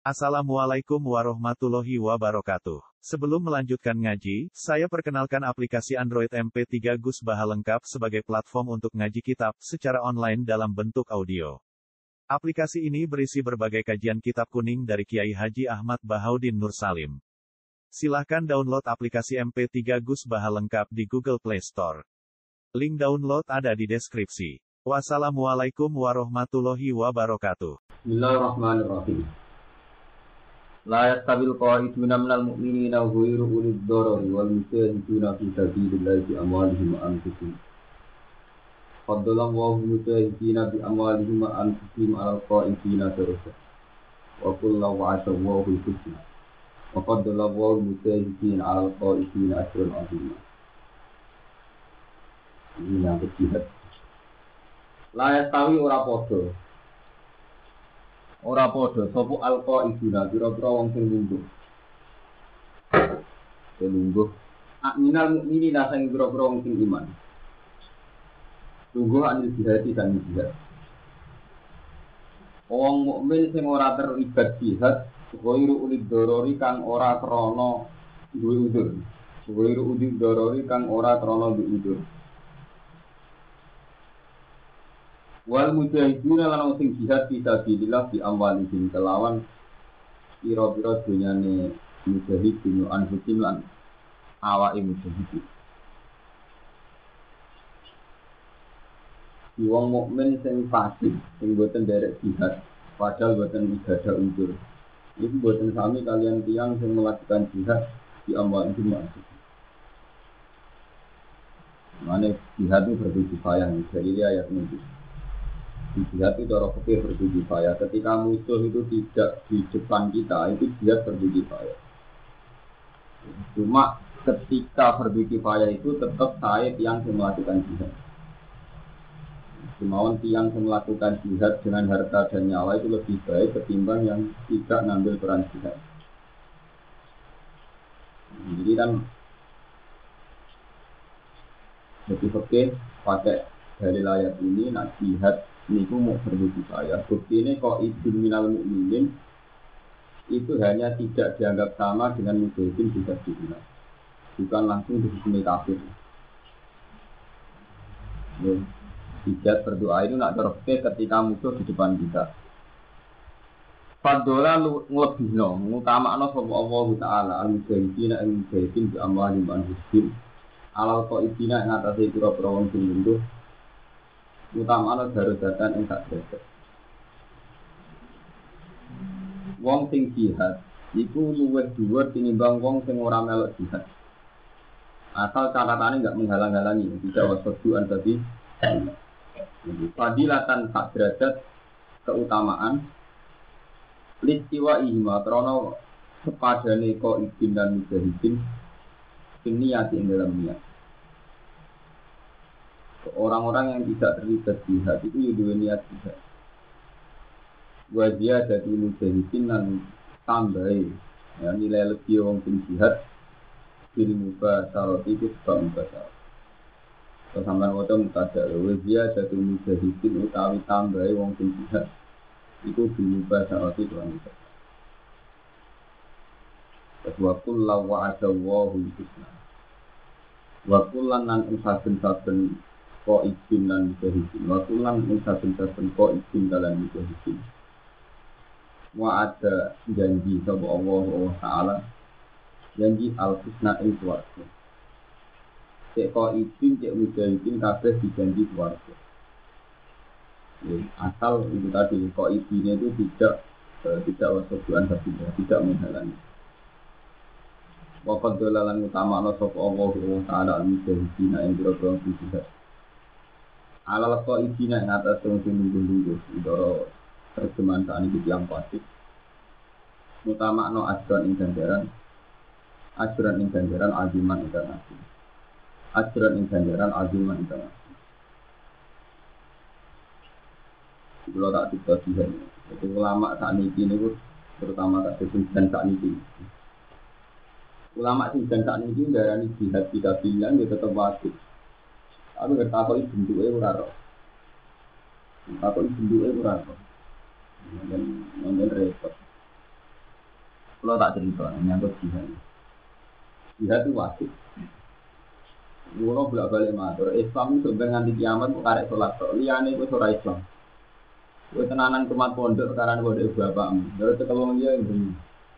Assalamualaikum warahmatullahi wabarakatuh. Sebelum melanjutkan ngaji, saya perkenalkan aplikasi Android MP3 Gus Baha lengkap sebagai platform untuk ngaji kitab secara online dalam bentuk audio. Aplikasi ini berisi berbagai kajian kitab kuning dari Kiai Haji Ahmad Bahaudin Nur Salim. Silahkan download aplikasi MP3 Gus Baha lengkap di Google Play Store. Link download ada di deskripsi. Wassalamualaikum warahmatullahi wabarakatuh. Bismillahirrahmanirrahim. La yastabil qa'iduna minal mu'minina wa ghairu ulil dharari wal mujahiduna fi sabilillahi bi amwalihim wa anfusihim. Faddalallahu mujahidina bi amwalihim wa anfusihim 'alal qa'idina daraja. Wa kullu wa'adahu al-husna. Wa faddalallahu mujahidina 'alal qa'idina ajran 'azima. Ini yang ketiga. La yastawi ora padha. Ora padha sapa alqaiduna pira-pira wong sing lungguh. Lungguh. Minal mukminina sing pira-pira wong sing iman. Lungguh anil jihad dan jihad. Wong mukmin sing ora terlibat jihad, ghairu ulid dorori kang ora krana duwe udzur. Ghairu ulid dorori kang ora krana duwe udzur. Wal mujahiduna lan sing jihad fisabilillah bi amwalihim kelawan pira-pira dunyane mujahidin anfusim lan awake mujahidin. Wong mukmin sing fasik sing boten derek jihad padahal boten ibadah unsur. Iku boten sami kalian tiyang sing melakukan jihad di amwalihim anfusim. Mane jihad itu berkifayah dari ayat ini. Jihad itu cara fikih berkifayah. Ketika musuh itu tidak di depan kita, itu jihad berkifayah. Cuma ketika berkifayah itu tetap saya yang melakukan jihad. Kemauan tiang melakukan jihad dengan harta dan nyawa itu lebih baik ketimbang yang tidak mengambil peran jihad. Jadi kan lebih fikih pakai dari ayat ini nak jihad niku mau berkifayah. Bukti ini kok idul minal mu'minin itu hanya tidak dianggap sama dengan mujahidin bisa dibilang. Bukan langsung dihukumi kafir. Jihad berdoa itu nak terfikir ketika musuh di depan kita. Fadola ngelebihno, ngutamakno sapa Allah Ta'ala al-mujahidina al-mujahidin bi amwalihim anfusihim alal qaidina ing atase pira-pira wong sing lungguh utamane darajatan ing sak derajat. Wong sing jihad iku luwih dhuwur tinimbang wong sing ora melok jihad. Asal catatannya enggak menghalang-halangi, tidak wasduan tadi. Fadilatan sak derajat keutamaan listiwa ihma krana sepadane qaidin dan mujahidin niat ing dalam niat. Orang-orang yang tidak terlibat jihad itu juga niat jihad. Wajah dari mujahidin dan tambahi ya, nilai lebih orang yang jihad bil mubasarah itu sebab mubasarah. Kesamaan waktu mutajar wajah dari mujahidin utawi tambahi orang yang jihad itu bil mubasarah itu orang itu. Wakul lawa ada wahul husna. Wakulan nan saben-saben ko izin dan mujahidin. Wakulan saben-saben ko izin dalam mujahidin. Wa ada janji sapa Allah Ta'ala. Janji al-husna ing swarga. Cek ko izin, cek mujahidin kabeh dijanji swarga. Asal itu tadi ko izinnya itu tidak wasduan tidak menghalangi. Waqad dalalan utama ana sapa Allah Ta'ala al-mujahidina ing boro-boro jihad. Alal qaidina ing atas sing lungguh-lungguh ndoro terjemahan saat ini yang pasti. Utama ana ajran ing ganjaran aziman internasional. Ajran ing ganjaran aziman internasional. Kalau tak dibagi itu ulama saat ini terutama tak dan saat ini. Ulama sing dan saat ini darani jihad tidak bilang dia tetap wajib. Tapi bertakoi bentuknya ora roh. Bertakoi bentuknya ora roh. Dan repot. Kalau tak cerita, menyangkut jihad. Jihad itu wajib. Kalau bolak-balik matur, Islam itu sebenarnya nanti kiamat kok karek sholat tok. Liyane itu ora Islam. Kowe tenanan kemat pondok karena pondok ibu bapakmu. Terus tekelong dia yang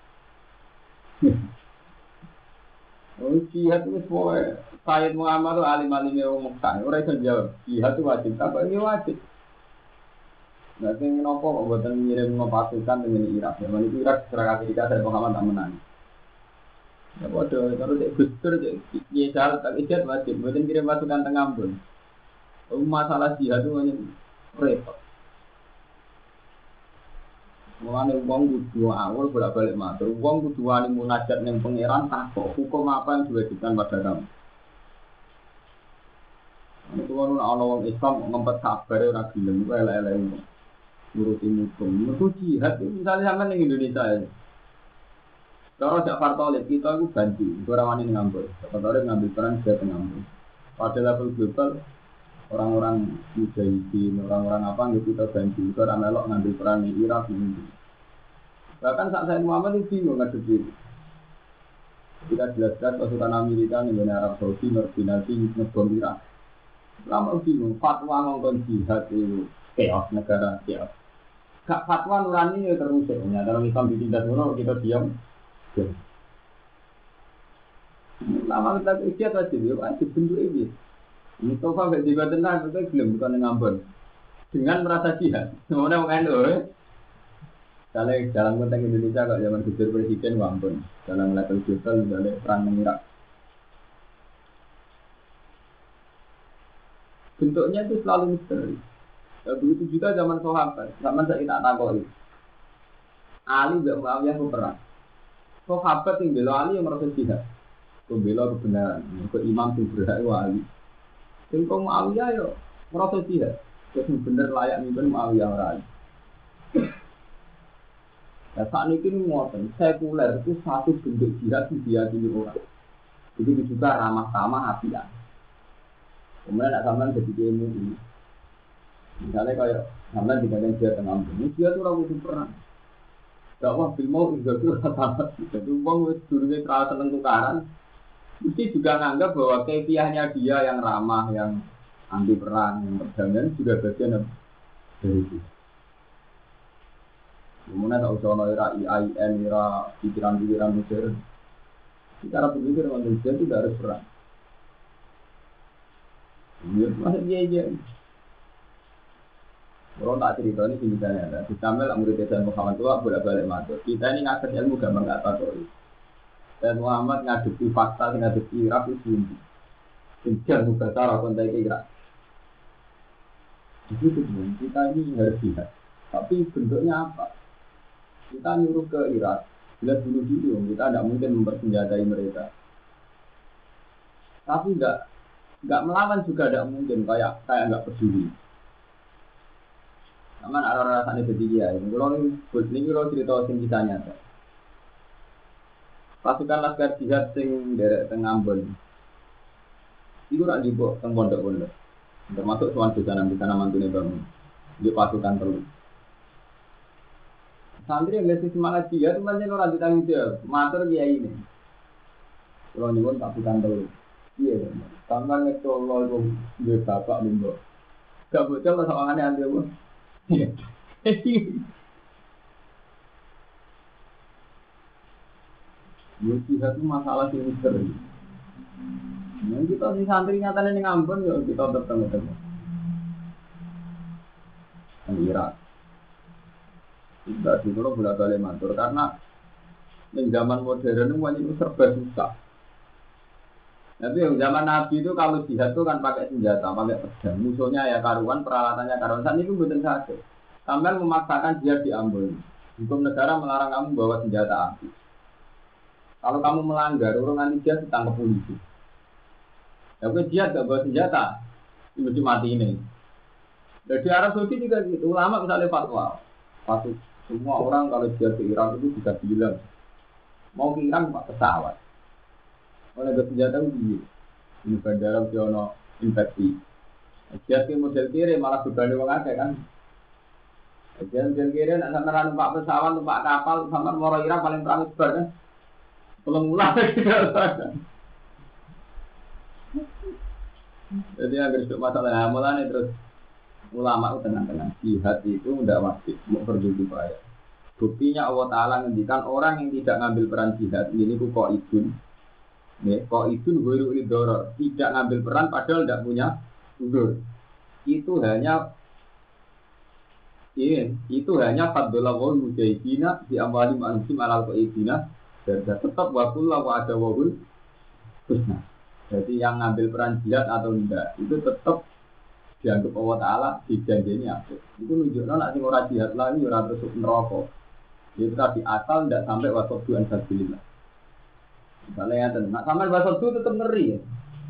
oh, jihad itu semua. Sayyid Muhammad itu alim-alimnya orang Mekah. Orang itu jawab, jihad itu wajib. Apa ini wajib? Nanti kenapa kok buatan ngirim pasukan dengan Irak? Zaman itu Irak secara Amerika saya Muhammad tak menang. Ya bodoh, kalau cek gustur cek jihad tak ijat wajib. Buatan kirim pasukan tengah pun. Masalah jihad itu hanya repot. Mulane wong kudu awal bolak-balik matur. Wong kudu wani munajat ning pangeran takok hukum apa yang diwajibkan pada kamu. Itu kan ana wong Islam ngempet kabar ora gelem kok elek-elek ngurusi hukum. Mergo jihad itu misalnya sampean ning Indonesia ya. Kalau jak partolit kita itu ganti, ora wani ngambil. Partolit ngambil peran dia ngambil. Pada level global orang-orang mujahidin, orang-orang apa yang kita ganti, kita melok ngambil peran di Irak ini. Bahkan saat saya Muhammad itu bingung ngadepi. Kita jelas-jelas pasukan Amerika nih dari Arab Saudi koordinasi ngebom Irak. Lama bingung, fatwa ngomong jihad itu chaos negara chaos. Gak fatwa nurani ya terusik. Dalam Islam ditindas dulu kita diam. Lama kita ikhtiar wajib bentuk ini. Mustafa gak juga tenang, kita belum bukan ngambon. Dengan merasa jihad, semuanya mengenai loh. Kalau dalam konteks Indonesia, kalau zaman Gubernur Presiden, ngambon. Dalam level global, misalnya perang mengirak. Bentuknya itu selalu misteri. Ya, begitu juga zaman sahabat, zaman saya tak takoi. Ali dan Muawiyah itu perang. Sahabat yang bela Ali yang merasa jihad. Membela kebenaran, ke imam yang berhak Ali. Singkong Muawiyah yo merasa jihad. Terus bener layak mimpin Muawiyah orang. Nah saat ini ngoten, sekuler itu satu bentuk jihad yang diyakini orang. Begitu juga ramah tamah apian. Kemudian nak sampean jadi ilmu ini. Misalnya kayak sampean dikatakan jihad tengah ini, dia tuh ragu perang. Dakwah bil mau juga tuh rata. Jadi uang wis durunge terasa seneng tukaran. Mesti juga menganggap bahwa kefiahnya dia yang ramah, yang anti perang, yang perdamaian juga bagian dari itu. Kemudian tak usah era IAIN, era pikiran-pikiran modern. Cara berpikir manusia itu tidak harus perang. Ini masih dia. Kalau tak cerita ini misalnya, di Sambil murid Tuhan Muhammad tua bolak-balik matur. Kita ini ngasih ilmu gampang nggak tahu. Dan Muhammad ngadepi fakta, ngadepi Irak itu sendiri. Jangan juga cara konteks Irak. Begitu pun, kita ini harus lihat. Tapi bentuknya apa? Kita nyuruh ke Irak, bila dulu kita tidak mungkin mempersenjatai mereka. Tapi nggak melawan juga tidak mungkin, kayak nggak peduli. Aman arah-arah sana bertiga. Ini kalau cerita sing kita nyata. Pasukan laskar jihad sing derek teng Ambon. Iku rak dibawa teng pondok-pondok. Termasuk sowan di sana mantune bangun. Di pasukan terus. Santri yang ngasih semangat jihad itu pancen ora ditanggung jawab. Matur kiai ini. Kalau nyuwun pasukan terus. Iya, sampeyan nek tolo iku duwe bapak lho. Gak bocor ta sawangane ande apa? Iya. Jihad itu masalah yang misteri. Yang kita si santri nyatanya yang Ambon, ya kita bertemu-temu. Yang Irak. Tidak dulu bolak-balik matur karena di zaman modern itu serba susah. Tapi yang zaman Nabi itu kalau jihad itu kan pakai senjata, pakai pedang. Musuhnya ya karuan, peralatannya karuan. Saat itu betul saja. Sampai memaksakan jihad di Ambon. Hukum negara melarang kamu bawa senjata api. Kalau kamu melanggar, orang nanti dia ditangkap polisi. Tapi dia tidak bawa senjata, mesti mati ini. Jadi Arab Saudi juga gitu. Ulama misalnya fatwa, semua orang kalau dia ke Irak itu bisa bilang mau ke Irak pakai pesawat. Oleh bersenjata itu ini bandara Siono infeksi. Dia ke model kiri malah berbanding orang ada kan. Jalan-jalan kiri, nak sampai numpak pesawat, numpak kapal, sampai Moro Irak paling perang sebar kan. Belum mulai kita. Jadi agar itu masalah amalan terus ulama itu tenang-tenang. Jihad itu tidak wajib, mau berdua bayar. Buktinya Allah Taala ngendikan orang yang tidak ngambil peran jihad ini kok idun, kok idun guru idoro tidak ngambil peran padahal tidak punya udur. Itu hanya fadlullah wal mujahidina di amwali manusim alal qaidina dan tetap wakul wa ada wahul husna. Jadi yang ngambil peran jihad atau tidak itu tetap dianggap Allah Taala dijanjeni apa. Itu nunjukno nek sing ora jihad lagi ora terus neraka. Itu tadi asal tidak sampai wasabdu an sabilillah. Misalnya ya nak sampai wasabdu tetap ngeri ya.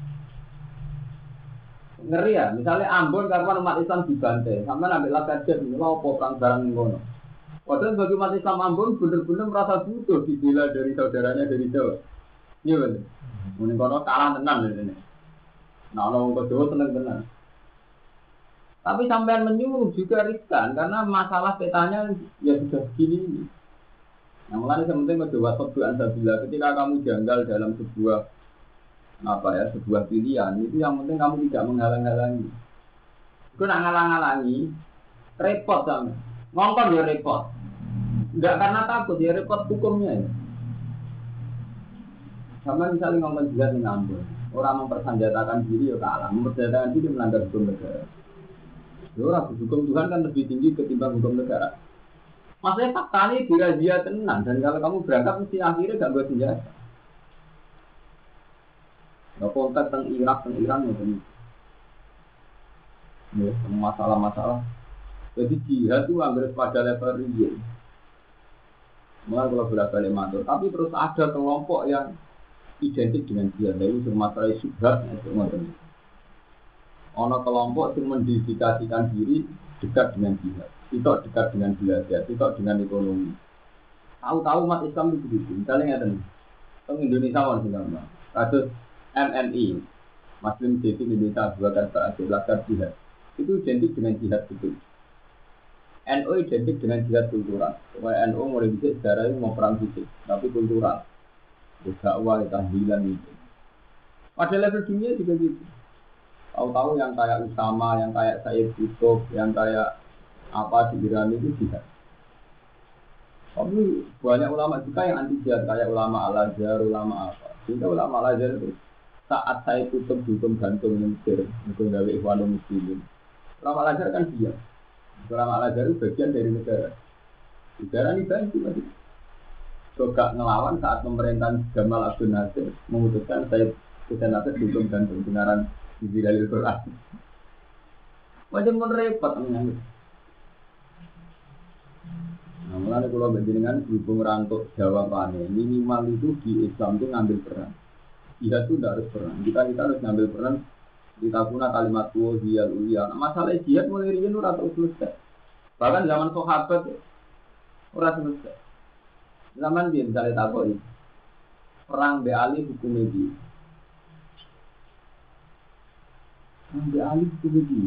Ngeri ya, misalnya Ambon karena umat Islam dibantai, sampai ambil lakajet, mau perang barang ngono. Padahal bagi umat Islam Ambon benar-benar merasa butuh dibela dari saudaranya dari Jawa. Iya betul. Mungkin kono kalah tenan ini. Nah, orang ke Jawa tenang. Tapi sampean menyuruh juga riskan karena masalah petanya ya sudah begini ini. Yang mulai sementing kedua tujuan sabila ketika kamu janggal dalam sebuah pilihan itu yang penting kamu tidak menghalang-halangi. Kau nak ngalang-halangi repot sama, ngongkon ya repot. Enggak karena takut ya repot hukumnya ya. Sama misalnya ngomong jihad yang ngambul, orang mempersenjatakan diri ya kalah, mempersenjatakan diri melanggar hukum negara. Ya orang hukum Tuhan kan lebih tinggi ketimbang hukum negara. Maksudnya fakta ini dirazia tenang dan kalau kamu berangkat mesti akhirnya gak buat senjata. Ya kontak tentang Irak, tentang Iran itu. Ya, masalah-masalah. Jadi jihad itu hampir pada level real. Mulai kalau bolak-balik matur, tapi terus ada kelompok yang identik dengan jihad. Itu masalah subhat, ono kelompok yang mendedikasikan diri dekat dengan jihad, tidak dekat dengan belajar, tidak dengan ekonomi. Tahu-tahu umat Islam itu begitu. Misalnya yang tentang Indonesia orang Singapura, kasus MNI, Muslim Jihad Indonesia buatan Laskar Jihad, itu identik dengan jihad betul. NU identik dengan jihad kultural. Supaya NU mulai bisa sejarah ini mau perang fisik, tapi kultural. Dakwah, tahlilan itu. Pada level dunia juga gitu. Tahu-tahu yang kayak Usama, yang kayak Sayyid Qutb, yang kayak apa di Iran itu jihad. Tapi banyak ulama juga yang anti jihad, kayak ulama Al-Azhar, ulama apa. Sehingga ulama Al-Azhar itu saat saya tutup hukum gantung Mesir, hukum gawe Ikhwanul Muslimin. Ulama Al-Azhar kan diam. Ulama Al-Azhar itu bagian dari negara. Negara ini bantu masih. Juga ngelawan saat pemerintahan Gamal Abdul Nasir memutuskan saya Hussein Nasir hukum gantung benaran di dalil Quran. Macam pun repot menyambut. Nah, mulai kalau berjenengan berhubung rantuk jawabannya minimal itu di Islam itu ngambil peran. Jihad itu tidak harus perang. Kita harus ngambil peran. Kita guna kalimat wahiyal ulia. Nah, masalah jihad mulai riyen ora tau selesai. Bahkan zaman sahabat ora selesai. Zaman dia misalnya takoi perang be Ali hukum iki. Perang be Ali hukum iki.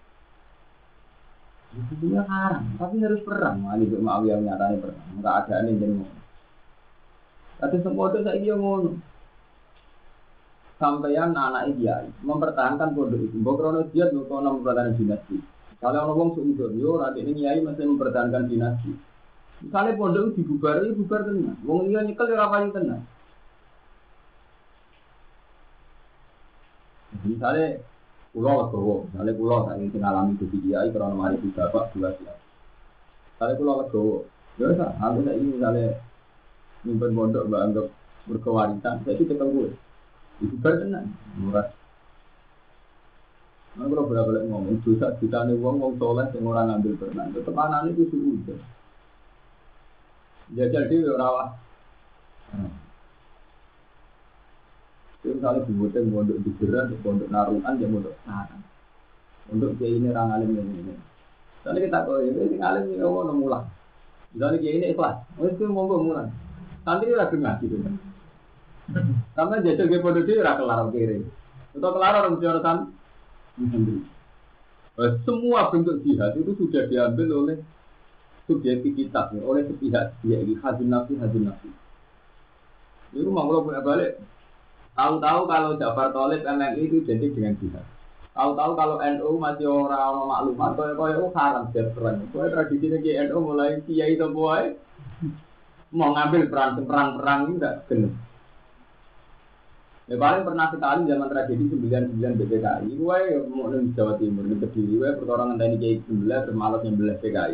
Hukumnya haram, tapi harus perang. Ali bin Muawiyah nyatanya perang. Enggak ada yang jadi ngono. Tapi semua itu saya ngono. Sampaian anak dia mempertahankan pondok itu. Bokrono dia bukan mempertahankan dinasti. Kalau orang seudon, yo nanti ini kiai masih mempertahankan dinasti. Misalnya pondok itu dibubar tenang. Wong dia nyekel ya rapati tenang. Misalnya pulau saya ingin ngalami ke kiai karena mari tiga pak dua siap. Misalnya pulau legowo, ya sah. Aku saya ingin misalnya nyimpen pondok anggap berkewarisan, saya itu ketemu. Itu berkenan, murah. Nah, kalau bolak-balik ngomong, dosa nih wong soleh yang orang ngambil pernah. Tetap anak itu sudah. Jajal dia rawat. Itu misalnya dibuatkan pondok di gerak, pondok naruhan, dia pondok sarang. Untuk dia ini orang alim ini. Misalnya kita tahu ini alim ini ngomong mulang. Misalnya dia ini ikhlas, itu ngomong mulang. Santri lagi ngaji tu. Karena jajal ke pondok dia ora kelar kiri. Untuk kelar orang mesti sendiri. Semua bentuk jihad itu sudah diambil oleh subjektivitas oleh sepihak dia ini hadun nafsi. Itu mau bolak balik. Tahu-tahu kalau Ja'far Thalib MNI itu identik dengan jihad. Tahu-tahu kalau NU masih orang maklumat, kau haram jihad perang. Kau tradisinya ke NU mulai kiai semua mau ngambil perang itu tidak genep. Ya paling pernah sekali zaman tragedi 99 BPKI, gue mau di Jawa Timur di Kediri, gue pertolongan tadi kiai 19 bermalas nyembelah PKI.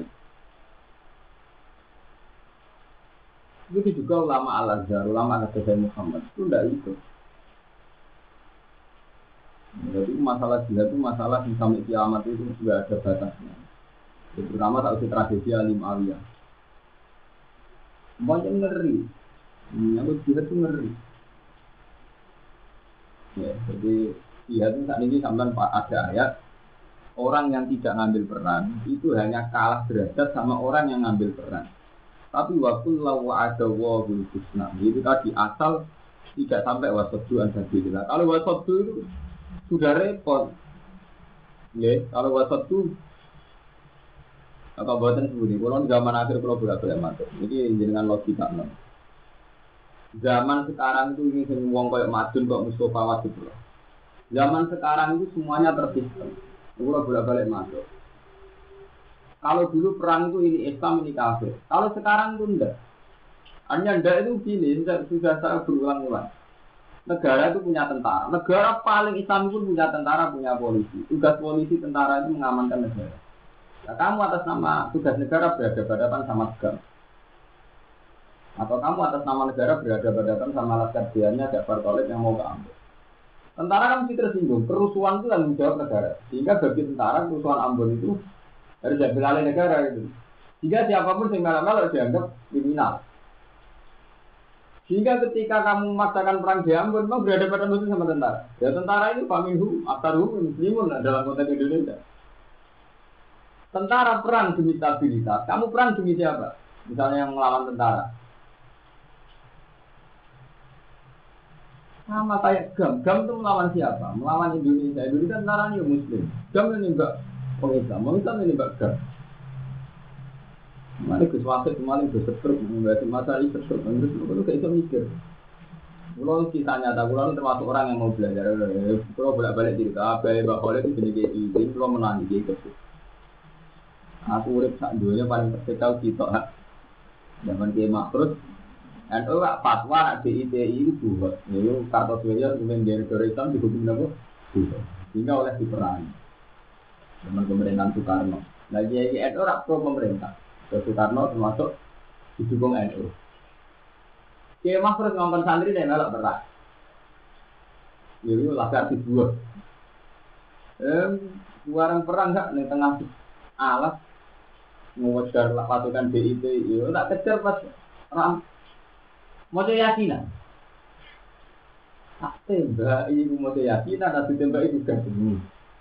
Begitu juga ulama Al-Azhar, ulama Al-Azhar Muhammad itu tidak ikut. Jadi masalah jihad itu masalah yang sampai kiamat itu juga ada batasnya. Terutama tak usah tragedi Alim Aliyah. Banyak ngeri, aku jihad itu ngeri. Ya, jadi jihad itu saat ini sampai ada ayat orang yang tidak ngambil peran itu hanya kalah derajat sama orang yang ngambil peran. Tapi waktu ada wahul husna itu tadi asal tidak sampai wasabdu ansabilillah. Kalau wasabdu itu sudah repot. Ya, kalau wasabdu apa buatan sebudi. Kalau zaman akhir kalau bolak-balik masuk. Ini dengan logika non. Zaman sekarang itu ini semua kayak Madun kok Mustafa wajib loh. Zaman sekarang itu semuanya tersistem. Kalau bolak-balik masuk. Kalau dulu perang itu ini Islam ini kafir. Kalau sekarang itu enggak. Hanya enggak itu gini, sudah saya berulang-ulang. Negara itu punya tentara. Negara paling Islam pun punya tentara, punya polisi. Tugas polisi tentara itu mengamankan negara. Nah, kamu atas nama tugas negara berhadapan sama negara. Atau kamu atas nama negara berhadapan sama laskar jiannya Ja'far Thalib yang mau keambil. Tentara kan mesti tersinggung. Kerusuhan itu tanggung jawab negara. Sehingga bagi tentara kerusuhan Ambon itu harus diambil alih negara itu. Sehingga siapapun yang melak-melak dianggap kriminal. Sehingga ketika kamu memaksakan perang di Ambon, memang berhadapan sama tentara. Ya tentara ini faminhum, aktaruhum, muslimun dalam konteks Indonesia. Tentara perang demi stabilitas. Kamu perang demi siapa? Misalnya yang melawan tentara. Sama kayak GAM itu melawan siapa? Melawan Indonesia. Indonesia tentara ini Muslim. GAM ini enggak orang Islam ini enggak GAM. Mari Gus Wasit kemarin Gus Setruk membahas masalah itu terus itu kayak itu mikir. Kalau kisahnya tak kurang termasuk orang yang mau belajar. Kalau bolak-balik cerita, Abai Bakole itu jadi kayak ini. Kalau menangis gitu. Aku urip sak dunia paling terkenal kita. Zaman Kiai Makrus NU fatwa DITI itu buat, itu Kartosuwiryo kemudian dari Islam dihukum apa? Sehingga oleh diperangi. Zaman pemerintahan Soekarno. Nah jadi NU pro pemerintah. Soekarno termasuk didukung NU. Kiai Makrus ngomong santri dan melok berat. Itu lagar dibuat. Warang perang nggak di tengah alas mengejar pasukan DITI. Itu tak kejar pas ram. Mau yakinan, tak tembak ibu mau yakinan, tapi tembak itu juga demi.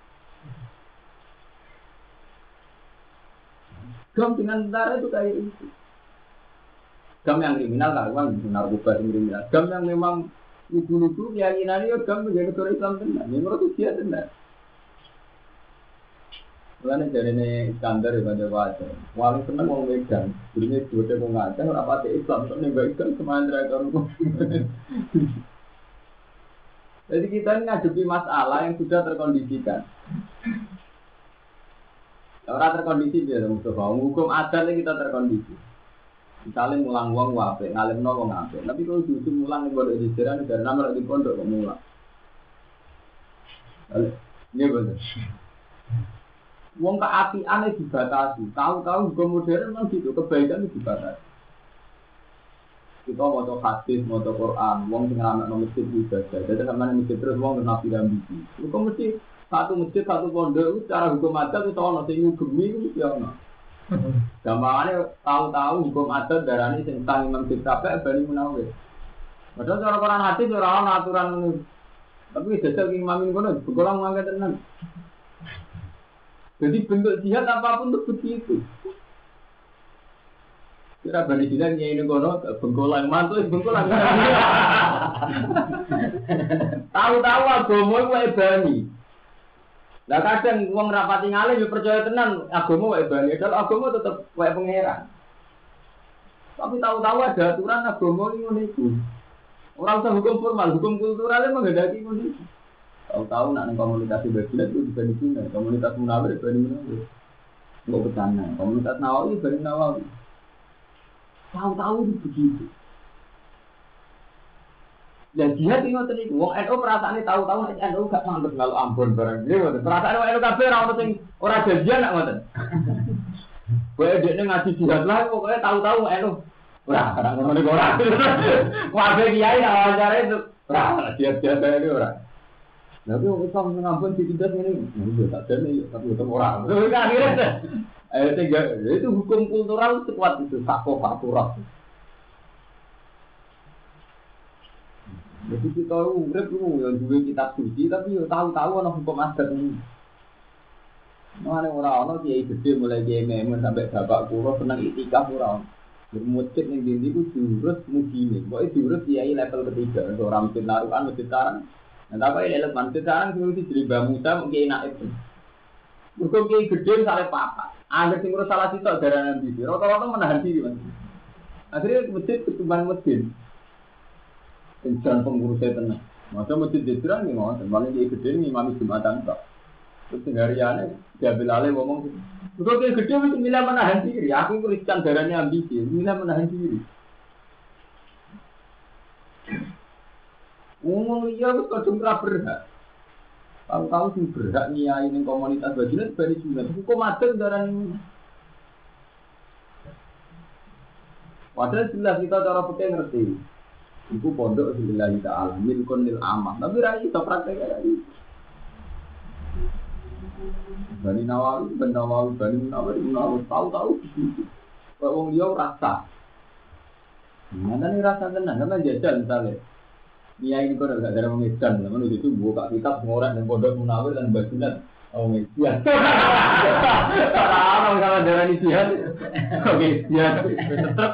Gam dengan tentara itu kayak itu. Gam yang kriminal karuan, narkoba kriminal. Gam yang memang lugu-lugu keyakinan itu gam menjadi negara Islam benar. Ini menurut dia benar. Karena dari ini standar daripada wajah. Walau senang mau megang, dulunya dua mau ngajak, rapatnya Islam, soalnya baikkan semuanya mereka. Jadi kita ini ngadepi masalah yang sudah terkondisikan. Orang terkondisi dia, Mustafa. Hukum adatnya kita terkondisi. Misalnya mulang uang wape, ngalim nol ngape. Tapi kalau justru mulang yang bodoh di jalan, negara nama lagi pondok kok mulang. Ini betul. Wong keapiane dibatasi. Tahu-tahu juga modern memang gitu, kebaikan itu dibatasi. Kita mau hadis, mau Quran, wong sing ngramakno masjid ibadah. Jadi sampeyan masjid terus wong nabi ambisi. Itu mesti satu masjid, satu pondok secara hukum adat itu ono sing ngugemi itu mesti ono. Gampangane tahu-tahu hukum adat darani sing tang Imam Syafi'i Bani Munawwir. Padahal cara Quran hadis ora ono aturan ngono. Tapi jajal Imam ngono, begolang mangke tenan. Jadi bentuk jihad apapun itu begitu. Kira Bani Jinan ini kono bengkolan mantu bengkolan. Tahu-tahu agama itu Bani. Lah kadang wong rapati ngalim yo percaya tenan agama wae bali, padahal agama tetep wae pangeran. Tapi tahu-tahu ada aturan agama ini ngono iku. Ora usah hukum formal, hukum kultural menghendaki ngono iku. Tahu-tahu nak ning komunitas Babilat itu dibanding Cina, komunitas Munawir dibanding Munawir. Enggak bercanda, komunitas Nawawi dibanding Nawawi. Tahu-tahu itu begitu. Dan jihad ini ngoten niku, wong NU perasaane tahu-tahu nek NU gak mantep kalau Ambon barang. Nggih, perasaan wong NU kabeh ora ono sing ora janjian nak ngoten. Kowe dekne ngaji jihad lah pokoke tahu-tahu NU. Ora ngono niku ora. Kabeh kiai nak wawancara itu ora jihad-jihad itu ora. Tapi wong Islam ngampun ditindas ngene, yo tak jane tapi tetep ora. Terus akhirnya itu hukum kultural sekuat itu sako fakturat. Jadi kita urip lu yang duwe kitab suci tapi yo tahu-tahu ana hukum adat ini. Mane ora ana kiai gede mulai kiai memen sampai bapak kula seneng iktikaf ora. Bermucit ning ndi ku diurus mugine. Pokoke diurus kiai level ketiga, ora mesti narukan mesti tarang. Nah, tapi ini elemen sekarang seperti jadi Mbak Musa mungkin enak itu. Bukan kiai gede misalnya papa. Ada sing ngurus salah sitok darah nabi. Rata-rata menahan diri mas. Akhirnya masjid ketumban masjid. Pencan pengurusnya tenang. Masa masjid diserang nih mau. Paling kiai gede nih mami jumatan tak. Terus hariannya diambil alih ngomong. Bukan kiai gede mesti milih menahan diri. Aku tuliskan darahnya ambisi. Milih menahan diri. Ngomong iya wis kadung ra berhak. Tahu-tahu sing berhak nyai ning komunitas Babilat bari sunat. Hukum adat darani. Padahal jelas kita cara fikih ngerti. Iku pondok lillahi ta'ala milkun lil amah. Tapi ra iso praktek kaya iki. Bani Nawawi, Bani Nawawi tahu-tahu gitu. Kok wong liya rasa. Mana rasa tenan, sampeyan jajal misalnya. Dia ini kok agak darah mengedan, namun itu buka kitab ngorek dan pondok Munawir dan Babilat. Oh mengedan. Kalau misalnya darah ini jihad, oke jihad, tetap.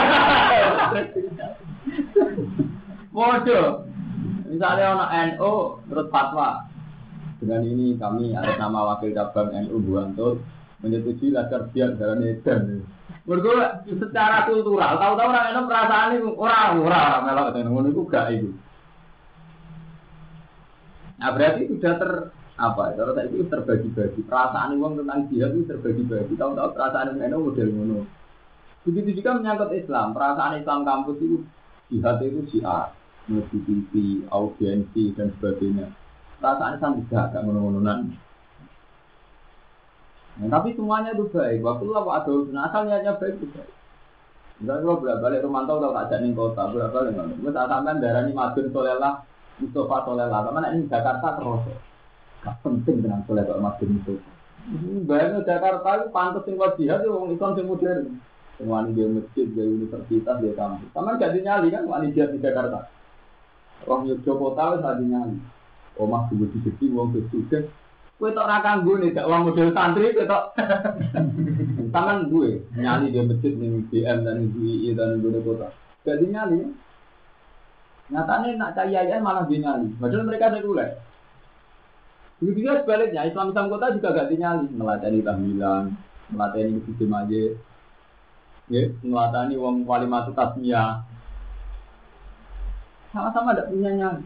Bodoh. Misalnya orang NU terus fatwa. Dengan ini kami atas nama wakil cabang NU Buantul menyetujui laskar jihad darah mengedan. Berguna secara kultural, tahu-tahu orang NU perasaan itu orang melok dengan itu gak itu. Nah berarti sudah kalau saya itu terbagi-bagi perasaan uang tentang jihad itu terbagi-bagi. Tahu-tahu perasaan NU model ngono. Begitu juga menyangkut Islam, perasaan Islam kampus itu jihad itu syiar, menuju TV, audiensi dan sebagainya. Perasaan Islam tidak agak ngono-ngononan. Nah, tapi semuanya itu baik. Waktu lah Pak Adol, asalnya baik itu baik. Misalnya kalau bolak-balik Romantau kalau ajak ning kota, bolak-balik ngono. Wis sampean darani Madun Solelah Mustafa Solelah, karena ini Jakarta terus gak penting dengan Solelah Madun itu. Bayangnya Jakarta itu pantas yang jihad itu orang Islam yang modern. Semua ini dia masjid, dia universitas, dia kampus. Sama gak dinyali kan wani jihad di Jakarta. Orang Yogyakarta itu gak dinyali. Omah dulu di uang bersudah. Kue tak rakang gue nih, gak uang model santri, kue tak. Tangan gue nyali dia masjid nih BM dan UI dan Ibu Kota. Gak dinyali. Nyatanya nak cahayayan malah dinyali. Padahal mereka sekuler. Begitu juga sebaliknya, Islam kota juga gak dinyali. Melatih tahlilan, melatih masjid majid, ya, melatih wong walimatu tasmiyah. Sama-sama tidak punya nyali.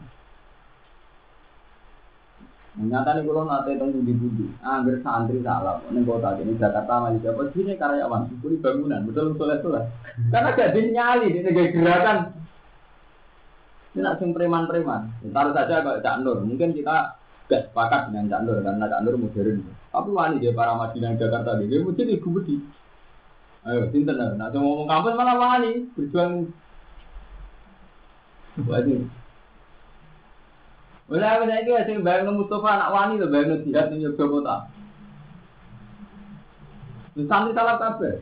Nyatanya kalau nanti tunggu di budi, hampir santri salah. Nih kota ini Jakarta masih dapat sini karyawan, kuli bangunan, betul. Karena gak dinyali, ini gak gerakan. Ini nak sing preman-preman. Taruh saja kalau Cak Nur, mungkin kita gak sepakat dengan Cak Nur karena Cak Nur modern. Tapi wani dia para Madinah Jakarta dia mesti digubedi. Ayo, sinten lah. Nak ngomong kampus malah wani berjuang. Wajib. Boleh apa saya kira sing bayang Mustafa anak wani lho bayang jihad ning Yogyakarta. Santri salah kabeh.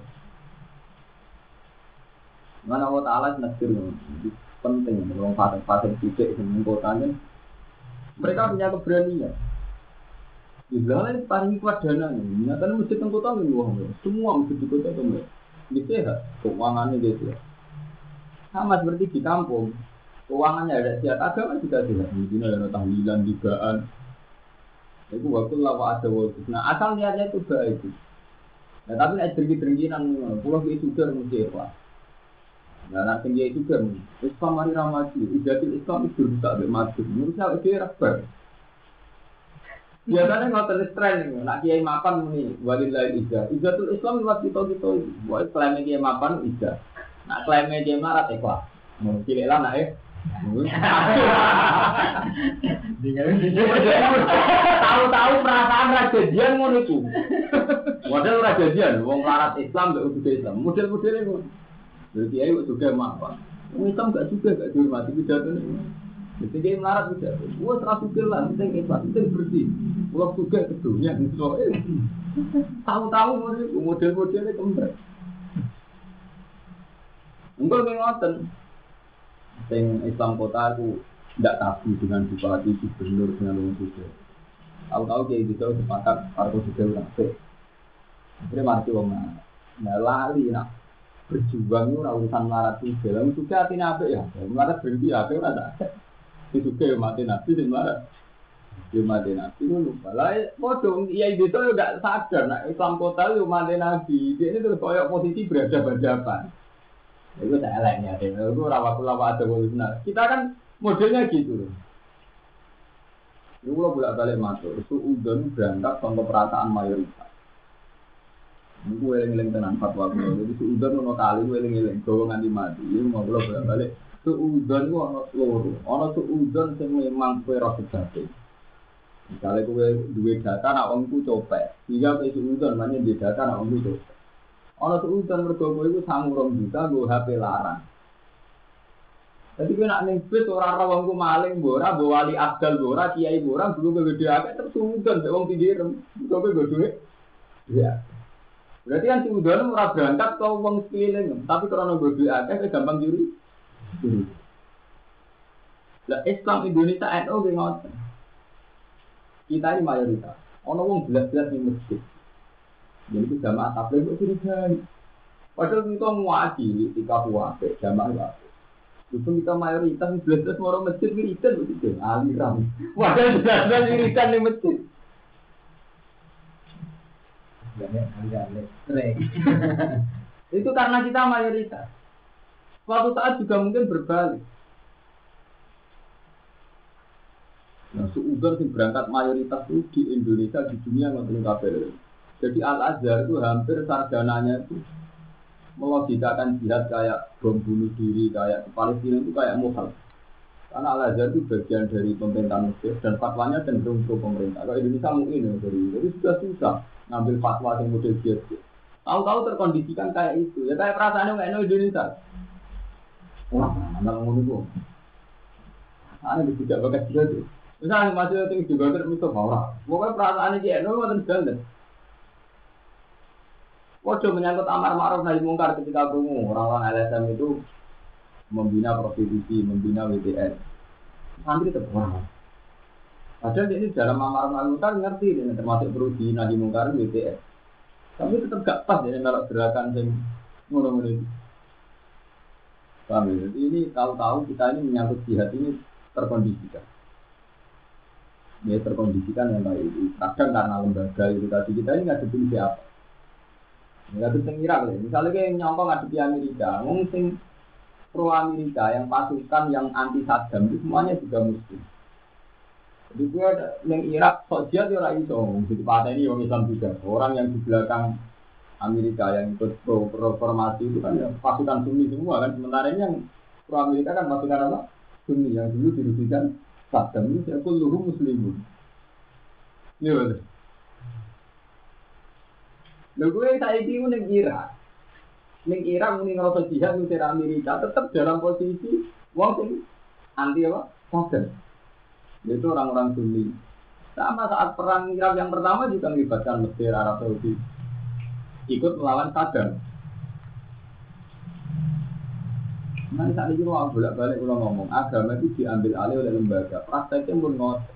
Mana Allah Taala nasir penting orang pasang titik dengan kotanya. Mereka punya keberanian. Di dalam paling kuat dana ini. Nyatanya masjid yang kota ini semua masjid di kota itu ini sehat. Keuangannya gitu. Sama seperti di kampung. Keuangannya ada siat agama juga sehat. Di sini ada tahlilan, digaan. Itu waktu lawa ada waktu. Nah asal niatnya itu baik. Nah tapi nek dengki-dengkinan pulau itu juga mesti apa? Nah nanti dia juga Islam mari ramaju. Ijatul Islam itu bisa lebih maju. Menurut saya dia rabar. Biasanya ngotot tren nih. Nak kiai mapan nih walillahi ijazah. Ijatul Islam lewat kita. Buat klaimnya kiai mapan ijazah. Nak klaimnya kiai marat ekwa. Mungkin lah nak tahu-tahu perasaan rajadian ngono iku. Model rajadian wong larat Islam mbek udah Islam. Model-model iku. Berarti ayo juga apa? Wong Islam gak dihormati pidatonya. Jadi dia melarat pidato. Wah terlalu jelas, penting Islam, penting bersih. Kalau juga ke dunia tahu-tahu model-modelnya kembali. Enggak ngoten. Sing Islam kota aku tidak tabu dengan bupati, gubernur dengan orang juga. Tahu-tahu kayak gitu sepakat partai juga berapa. Akhirnya mati orang nggak lali nak berjuang itu urusan melarat juga. Lalu juga hatinya apa ya? Melarat berhenti apa udah ada. Itu juga mati nabi dan melarat. Dia mati nabi itu lupa. Lah, bodoh. Ya itu nggak sadar. Nak Islam kota itu mati nabi. Dia ini terus koyok posisi berhadapan-hadapan. Itu tak elaknya, itu rawat-rawat ada benar. Kita kan modelnya gitu. Itu kalau bolak-balik masuk, itu udon berangkat contoh perasaan mayoritas. Ini gue eling-eling tenan fatwa gue. Jadi itu udon ono kali gue eling-eling, gue nganti mati. Ini mau bolak-balik. Itu udon gue ono seluruh. Ono itu udon yang memang gue rasa sejati. Misalnya gue duit data, nak omku copet. Jika gue itu udon, makanya di data, nak omku copet. Ono seudan mergo iku sangurung juta nggo HP larang. Dadi kowe nak ning bis ora ora wongku maling mbora, mbok wali abdal mbora, kiai mbora dulu gede akeh terus seudan mek wong pinggirem. Kowe nggo duit. Iya. Berarti kan seudan ora berangkat ke wong sekeliling, tapi karena nggo duit akeh gampang juri. Lah Islam Indonesia NU ki ngoten. Kita ini mayoritas. Ono wong belas-belas ning masjid. Jadi itu jamaah tabligh kok curigai. Padahal kita mewakili ketika puasa jamaah itu. Itu kita mayoritas belas orang masjid wiridan begitu, aliran. Padahal belas wiridan di masjid. Itu karena kita mayoritas. Suatu saat juga mungkin berbalik. Nah, seudah sih berangkat mayoritas itu di Indonesia di dunia nggak kabel. Jadi Al-Azhar itu hampir sarjananya itu melogikakan jihad kayak bom bunuh diri, kayak Palestina itu kayak muhal. Karena Al-Azhar itu bagian dari pemerintahan Mesir dan fatwanya cenderung pro pemerintah. Kalau Indonesia mungkin jadi sudah susah ngambil fatwa yang model jihad. Tahu-tahu terkondisikan kayak itu. Ya kayak perasaannya kayak Indonesia. Wah, anak ngomong aneh tidak bakat jihad itu. Misalnya masih itu juga termisal orang. Pokoknya perasaannya jihad itu nggak terjalan. Waduh menyangkut amar ma'ruf nahi mungkar ketika berumur orang-orang LSM itu membina prostitusi, membina WTN. Santri terbuang. Padahal ini dalam amar ma'ruf nahi ngerti ini termasuk beruji nahi mungkar WTN. Tapi tetap gak pas ini melok gerakan yang ngono-ngono itu. Paham ya? Jadi ini tahu-tahu kita ini menyangkut jihad ini terkondisikan. Ya terkondisikan yang baik itu. Kadang karena lembaga itu tadi kita ini nggak dipilih siapa. Nggak bisa Irak ya. Misalnya kayak nyongkong ngadepi Amerika, ngomong pro Amerika yang pasukan yang anti Saddam itu semuanya juga muslim. Jadi gue ada yang Irak sok jihad ya orang itu, jadi pada ini orang Islam juga. Orang yang di belakang Amerika yang ikut pro reformasi itu kan ya, pasukan Sunni semua kan. Sementara ini yang pro Amerika kan pasukan apa? Sunni yang dulu dirugikan Saddam itu ya kulluhum muslimun. Ini betul. Lha gue saiki ku ning Irak. Ning Irak muni ngrasa jihad ngusir Amerika tetap dalam posisi wong sing anti apa? Saddam. Itu orang-orang Sunni. Sama saat perang Irak yang pertama juga melibatkan Mesir, Arab Saudi. Ikut melawan Saddam. Nanti saat ini kalau bolak-balik kalau ngomong agama itu diambil alih oleh lembaga. Prakteknya pun ngotot.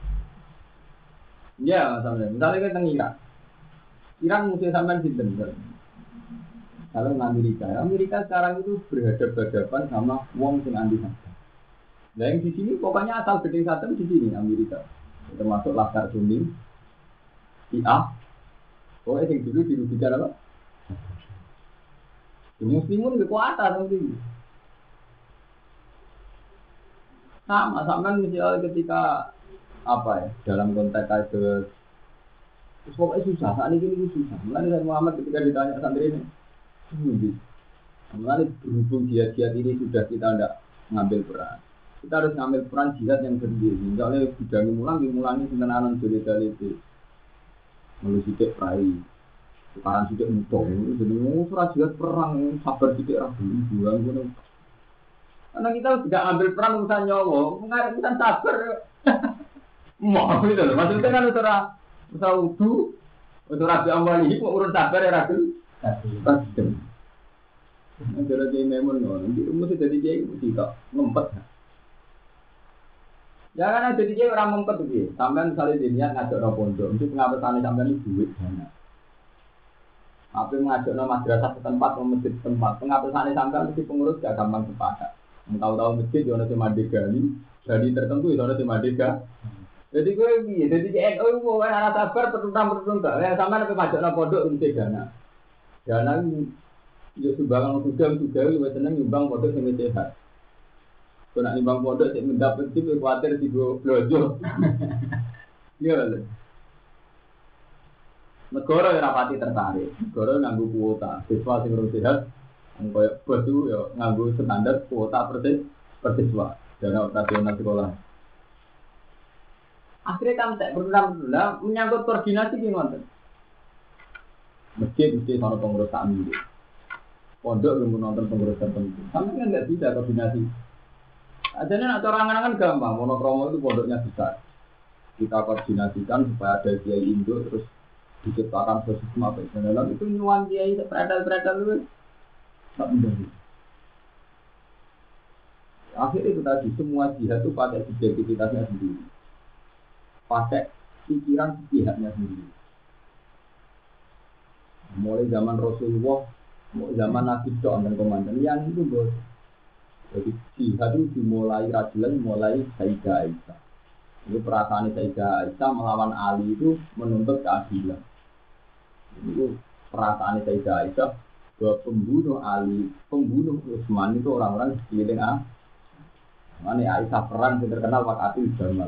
Ya, misalnya kita Irak. Iran musuh sampai sinten. Kalau Amerika sekarang itu berhadapan sama wong sing anti Saddam. Nah yang di sini pokoknya asal gede Saddam di sini Amerika. termasuk Laskar Sunni, IA. Pokoknya yang dulu dirugikan apa? Muslimun kekuatan nanti. Sama misalnya ketika apa ya dalam konteks kasus pokoknya susah, saat ini susah. Mulai dari Muhammad ketika ditanya santri ini, mulai berhubung jihad ini sudah kita tidak ngambil peran. Kita harus ngambil peran jihad yang sendiri. Misalnya dimulangi sintenanan solidarity, melusidik perai, tukaran sidik mutok. Jadi surat jihad perang, sabar sidik ragu, bulan. Karena kita tidak ambil peran urusan nyawa, urusan sabar. Mau gitu loh. Maksudnya kan usaha udu, usaha rabi amwali, urun sabar ya ragu. Ragu. Ada dia memang nanti mesti jadi dia mesti tak ngempet. Jangan jadi dia orang ngempet tu. Sampai misalnya dia niat ngajak no pondok, mesti pengawasan sampai ni duit mana. Apa ngajak no madrasah setempat, masjid setempat, pengawasan sampai mesti pengurus gak gampang sepakat. Tahu-tahu masjid jono si Madegani, jadi tertentu jono si Madega. Jadi gue biar, jadi NU gue anak sabar pertuntas. Ya sama nanti masuk na pondok untuk dana ya sumbangan sudah lebih seneng nyumbang pondok yang sehat. Kalau nak nyumbang pondok yang mendapat sih khawatir di blojo. Iya lah. Negara yang rapati tertarik, negara nganggu kuota, siswa sing sehat. Kayak batu ya nganggo standar kuota per siswa dana operasional sekolah. Akhirnya kami tak berulang menyangkut koordinasi gimana? Masjid sama pengurus kami. Pondok belum nonton pengurus tertentu. Kami kan nggak bisa koordinasi. Adanya nak orang-orang kan gampang. Monokromo itu pondoknya besar. Kita koordinasikan supaya ada kiai induk terus diciptakan sistem apa dalam itu nyuan kiai beredal itu. Tak mudah. Akhirnya itu tadi semua jihad itu pakai subjektivitasnya sendiri, pakai pikiran pihaknya sendiri. Mulai zaman Rasulullah, zaman Nabi Doan dan komandan yang itu bos. Jadi jihad itu dimulai rajulan, mulai Sayyidah Aisyah. Ini perasaan Sayyidah Aisyah melawan Ali itu menuntut keadilan. Itu perasaan Sayyidah Aisyah. Bahwa pembunuh Ali, pembunuh Utsman itu orang-orang di sekeliling Mana Aisyah perang yang terkenal Waqatul Jamal.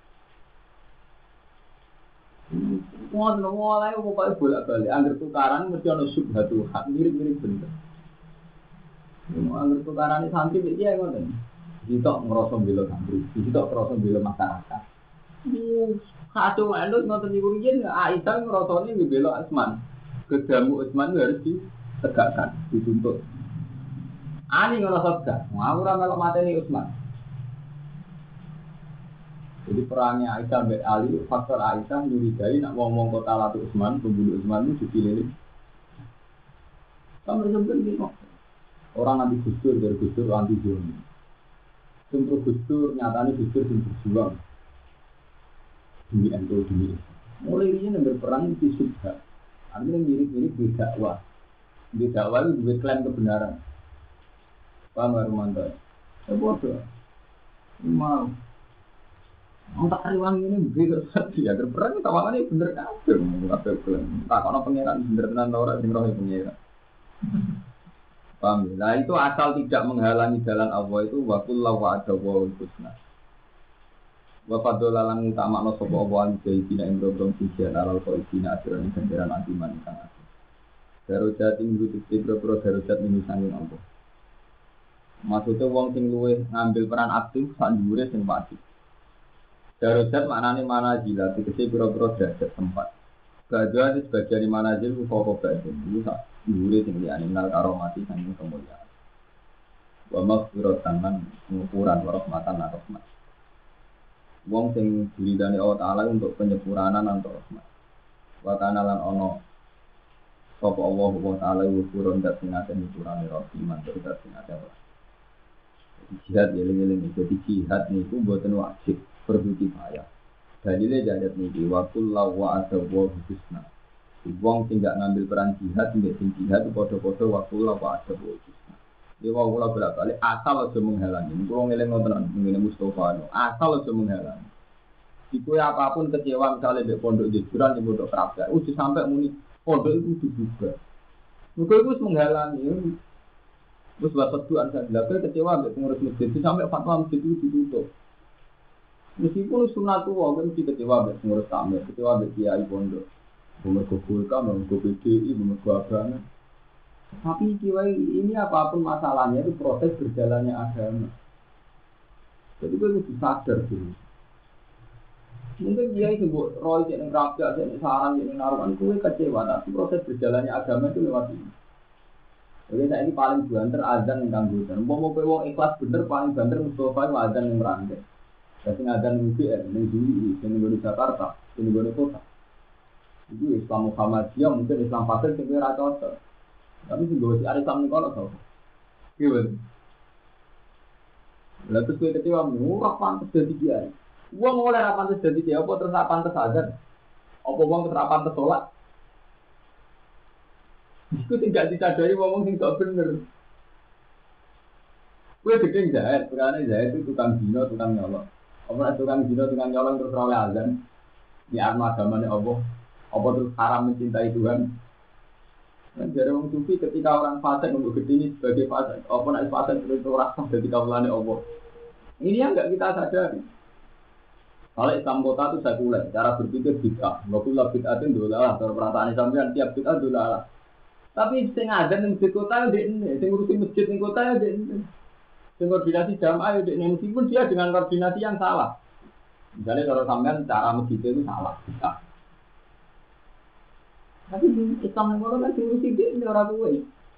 Mulai pokoknya bolak-balik. Angger tukaran mesti ada subhatul hak mirip-mirip bener. Angger tukaran ini santri dia yang ngoten. Ditok ngerasa bela santri, ditok ngerasa bela masyarakat. Kacau endut ngoten niku riyen Aisyah ngrasane bela Utsman. Kedamu Utsman harus tegakkan, dituntut. Ali ngerasa gak, mau ora melok mateni Utsman. Jadi perangnya Aisyah mbek Ali, faktor Aisyah nyurigai nak ngomong kota Latu Utsman, pembunuh Utsman itu dipilih. Kamu sampeyan iki kok. Orang anti Gusdur dari Gusdur anti Joni. Sumber Gusdur nyatane Gusdur sing berjuang. Demi NU demi. Mulai ini berperang di subha. Artinya mirip-mirip berdakwah. Di dakwah itu duit klaim kebenaran. Paham gak Romanto? Ya bodoh. Mau tak riwang ini begitu saja. Berperang itu tawangannya bener kafir. Kafir klaim. Tak kalau pengeran bener tenan orang yang rohnya pengeran. Paham? Nah itu asal tidak menghalangi jalan Allah itu wakullahu wa'adawu husna. Wa fadolalan utamakna sapa Allah al-jaidina indrobrom sijian alal qaidina ajaran ganjaran antiman kang darajat minggu titik pro darajat minggu sanging Allah. Maksudnya wong sing luwih ngambil peran aktif sak dhuwure sing wajib. Darajat maknane manazil, tegese pro derajat tempat. Bagian di sebagian manazil ku kok bagian itu sak dhuwure sing liyane nal karo mati sanging kemuliaan. Wa maghfiratan lan pengukuran rahmatan rahmat. Wong sing diridani Allah Taala untuk penyempurnaan untuk rahmat. Wa kana lan ono sapa Allah Taala wukurun dat sing ate nyepurane rahmat terus dat sing ate. Jihad eling-eling jadi jihad niku mboten wajib perlu kifayah. Dalile jayat niki wa kullu wa atawa husna. Wong sing gak ngambil peran jihad nek sing jihad padha-padha wa kullu wa atawa husna. Dia mau kula bolak-balik asal aja menghalangi. Niku wong eling wonten ngene Mustofa asal aja menghalangi. Iku apapun kecewa misalnya di pondok jejuran di pondok kerabat, udah sampai muni pondok itu juga. Mereka itu menghalangi, terus bapak tuan saya bilang kecewa di pengurus masjid, sampai fatwa masjid itu ditutup. Meskipun sunatullah kan mesti kecewa di pengurus kami, kecewa di kiai pondok, pemerintah Golkar, pemerintah PDI, pemerintah agama. Tapi kiai ini apapun masalahnya itu proses berjalannya agama. Jadi gue mesti sadar dulu. Mungkin dia itu buat roy yang rakyat, yang sarang, yang naruhan kue kecewa, tapi proses berjalannya agama itu lewat ini. Jadi saya ini paling banter azan yang gangguan. Mau wong ikhlas bener paling banter Mustafa itu azan yang merangkai. Jadi azan UGM, yang Juli, yang di Jakarta, yang di kota. Itu Islam Muhammadiyah, mungkin Islam Pasir, yang kira cocok. Tapi sih gue si Islam ini kalau tau. Gimana? Lalu terus gue kecewa, murah pantas jadi kiai. Uang oleh rapan terus jadi dia, apa terus rapan terus azan, apa uang terus rapan terus sholat. Itu tidak disadari ngomong sing tak bener. Gue gedeng Zahid, karena Zahid itu tukang zina, tukang nyolong. Apa tukang zina, tukang nyolong terus oleh azan. Ini arma agamanya apa terus haram mencintai Tuhan. Dan jadi orang sufi ketika orang fasik untuk gedeng sebagai fasik, apa nak fasik terus rasa ketika mulane Allah. Ini yang enggak kita sadari. Kalau Islam kota itu sekuler, cara berpikir bid'ah. Wakullah bid'atin dolalah, kalau perasaan Islam tiap bid'ah dolalah. Tapi sing azan ning kota ya ndek, sing ngurusi masjid ning kota ya ndek. Sing koordinasi jamaah ya ndek, meskipun dia dengan koordinasi yang salah. Misalnya kalau sampean cara masjid itu salah, bid'ah. Tapi Islam ning kota kan ngurusi ndek ora kuwe.